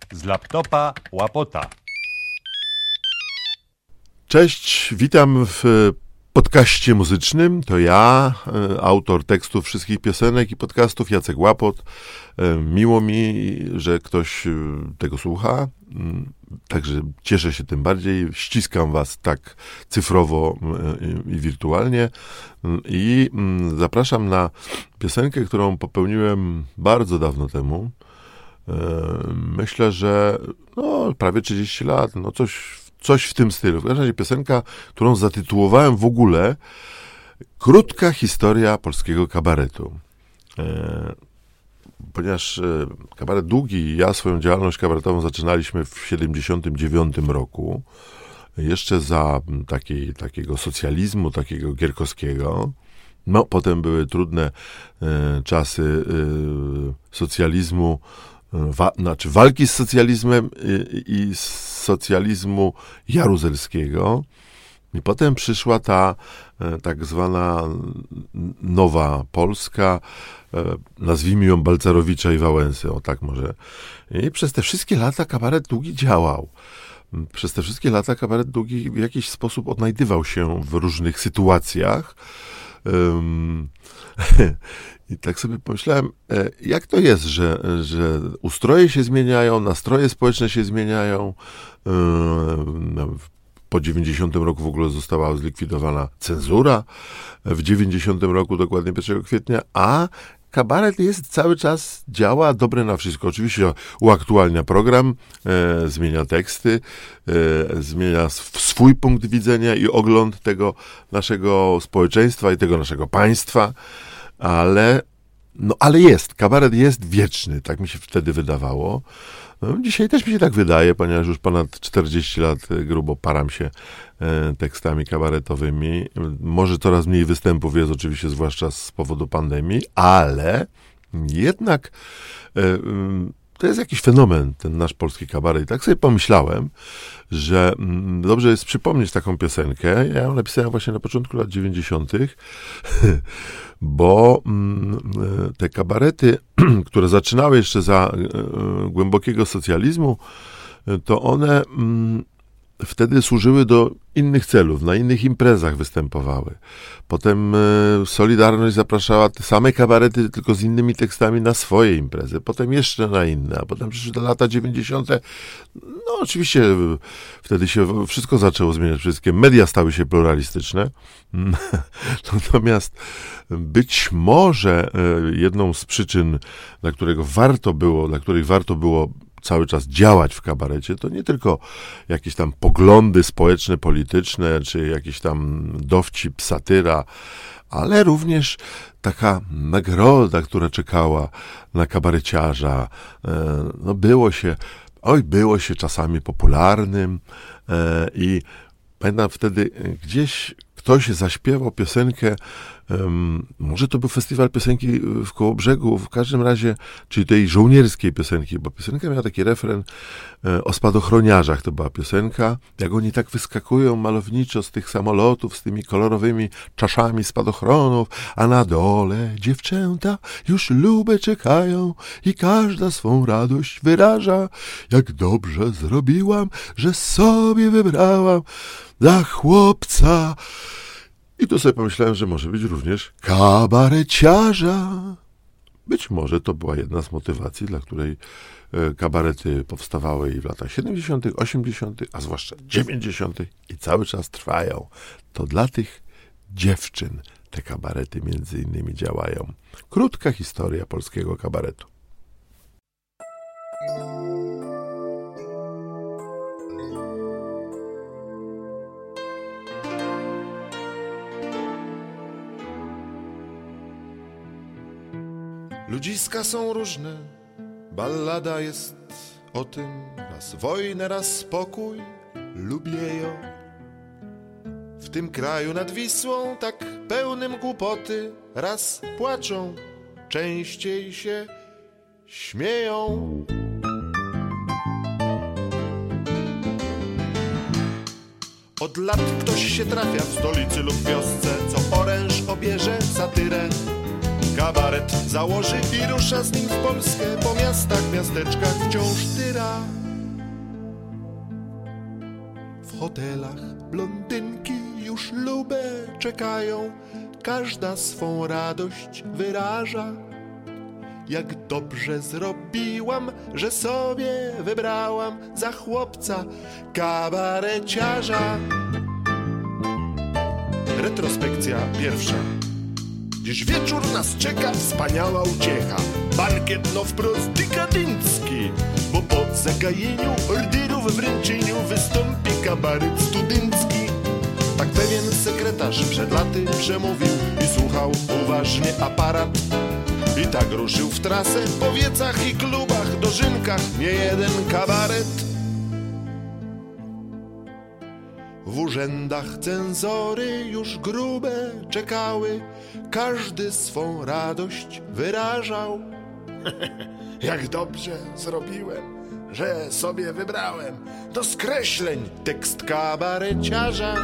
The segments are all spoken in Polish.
Z laptopa łapota. Cześć, witam w podcaście muzycznym. To ja, autor tekstów wszystkich piosenek i podcastów, Jacek Łapot. Miło mi, że ktoś tego słucha, także cieszę się tym bardziej. Ściskam was tak cyfrowo i wirtualnie i zapraszam na piosenkę, którą popełniłem bardzo dawno temu. Myślę, że prawie 30 lat, coś w tym stylu. W każdym razie piosenka, którą zatytułowałem w ogóle Krótka historia polskiego kabaretu. Ponieważ kabaret długi i ja swoją działalność kabaretową zaczynaliśmy w 1979 roku, jeszcze za takiego socjalizmu, takiego gierkowskiego. Potem były trudne czasy socjalizmu, walki z socjalizmem i socjalizmu jaruzelskiego. I potem przyszła ta tak zwana nowa Polska, nazwijmy ją Balcerowicza i Wałęsy, o tak może. I przez te wszystkie lata kabaret długi działał. Przez te wszystkie lata kabaret długi w jakiś sposób odnajdywał się w różnych sytuacjach. I tak sobie pomyślałem, jak to jest, że ustroje się zmieniają, nastroje społeczne się zmieniają. Po 90 roku w ogóle została zlikwidowana cenzura. W 90 roku, dokładnie 1 kwietnia, a kabaret jest cały czas, działa, dobre na wszystko. Oczywiście uaktualnia program, zmienia teksty, zmienia swój punkt widzenia i ogląd tego naszego społeczeństwa i tego naszego państwa, ale kabaret jest wieczny, tak mi się wtedy wydawało. Dzisiaj też mi się tak wydaje, ponieważ już ponad 40 lat grubo param się tekstami kabaretowymi. Może coraz mniej występów jest oczywiście, zwłaszcza z powodu pandemii, ale jednak to jest jakiś fenomen, ten nasz polski kabaret. I tak sobie pomyślałem, że dobrze jest przypomnieć taką piosenkę. Ja ją napisałem właśnie na początku lat 90., bo te kabarety, które zaczynały jeszcze za głębokiego socjalizmu, to one wtedy służyły do innych celów, na innych imprezach występowały. Potem Solidarność zapraszała te same kabarety, tylko z innymi tekstami na swoje imprezy. Potem jeszcze na inne, a potem przyszły te lata 90. Oczywiście wtedy się wszystko zaczęło zmieniać. Wszystkie media stały się pluralistyczne. Natomiast być może jedną z przyczyn, dla których warto było cały czas działać w kabarecie, to nie tylko jakieś tam poglądy społeczne, polityczne, czy jakiś tam dowcip, satyra, ale również taka nagroda, która czekała na kabareciarza. Było się czasami popularnym i pamiętam wtedy gdzieś ktoś zaśpiewał piosenkę, może to był festiwal piosenki w Kołobrzegu, w każdym razie, czyli tej żołnierskiej piosenki, bo piosenka miała taki refren o spadochroniarzach, to była piosenka, jak oni tak wyskakują malowniczo z tych samolotów, z tymi kolorowymi czaszami spadochronów, a na dole dziewczęta już lube czekają i każda swą radość wyraża, jak dobrze zrobiłam, że sobie wybrałam za chłopca. I tu sobie pomyślałem, że może być również kabareciarza. Być może to była jedna z motywacji, dla której kabarety powstawały i w latach 70., 80., a zwłaszcza 90. i cały czas trwają. To dla tych dziewczyn te kabarety między innymi działają. Krótka historia polskiego kabaretu. Ludziska są różne, ballada jest o tym, raz wojnę, raz spokój, lubię ją. W tym kraju nad Wisłą, tak pełnym głupoty, raz płaczą, częściej się śmieją. Od lat ktoś się trafia w stolicy lub wiosce, co oręż obierze satyrę. kabaret założy i rusza z nim w Polskę. Po miastach, miasteczkach wciąż tyra. W hotelach blondynki już lubę czekają, każda swą radość wyraża. Jak dobrze zrobiłam, że sobie wybrałam za chłopca kabareciarza. Retrospekcja pierwsza. Dziś wieczór nas czeka wspaniała uciecha. Bankiet no wprost dekadencki, bo po zagajeniu ordyrów w ręczeniu wystąpi kabaret studencki. Tak pewien sekretarz przed laty przemówił i słuchał uważnie aparat. I tak ruszył w trasę po wiecach i klubach, dożynkach nie jeden kabaret. W urzędach cenzory już grube czekały, każdy swą radość wyrażał. Jak dobrze zrobiłem, że sobie wybrałem do skreśleń tekst kabareciarza.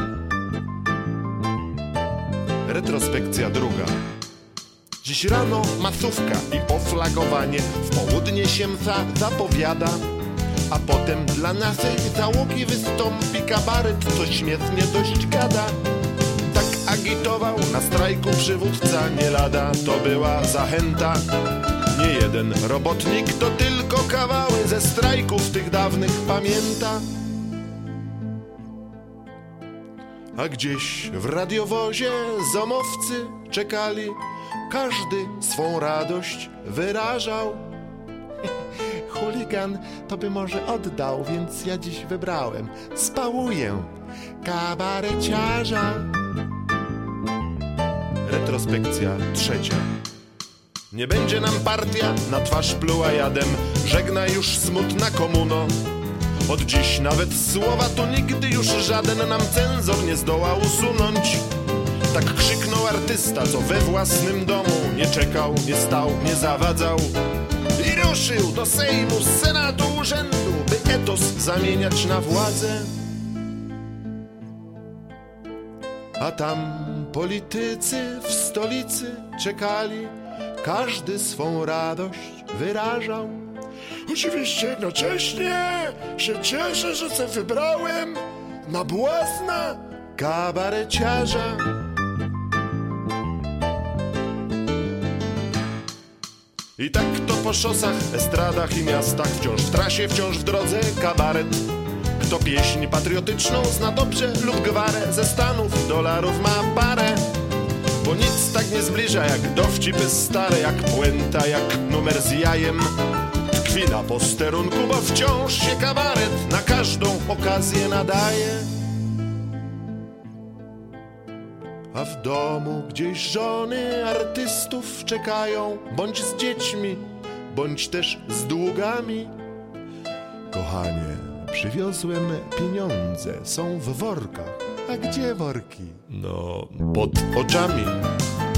Retrospekcja druga. Dziś rano masówka i oflagowanie, w południe się zapowiada, a potem dla naszej załogi wystąpi kabaret, co śmiesznie dość gada. Tak agitował na strajku przywódca, nie lada to była zachęta. Nie jeden robotnik to tylko kawały ze strajków tych dawnych pamięta. A gdzieś w radiowozie zomowcy czekali, każdy swą radość wyrażał. Chuligan to by może oddał, więc ja dziś wybrałem, spałuję kabareciarza. Retrospekcja trzecia. Nie będzie nam partia na twarz pluła jadem, żegna już smutna komuno. Od dziś nawet słowa to nigdy już żaden nam cenzor nie zdoła usunąć. Tak krzyknął artysta, co we własnym domu nie czekał, nie stał, nie zawadzał i ruszył do Sejmu, Senatu, urzędu, by etos zamieniać na władzę. A tam politycy w stolicy czekali, każdy swą radość wyrażał. Oczywiście jednocześnie się cieszę, że se wybrałem na błazna kabareciarza. I tak to po szosach, estradach i miastach, wciąż w trasie, wciąż w drodze kabaret. Kto pieśń patriotyczną zna dobrze lub gwarę ze Stanów, dolarów ma parę. Bo nic tak nie zbliża jak dowcipy stare, jak puenta, jak numer z jajem. Tkwi na posterunku, bo wciąż się kabaret na każdą okazję nadaje. A w domu gdzieś żony artystów czekają, bądź z dziećmi, bądź też z długami. Kochanie, przywiozłem pieniądze, są w workach. A gdzie worki? No, pod oczami.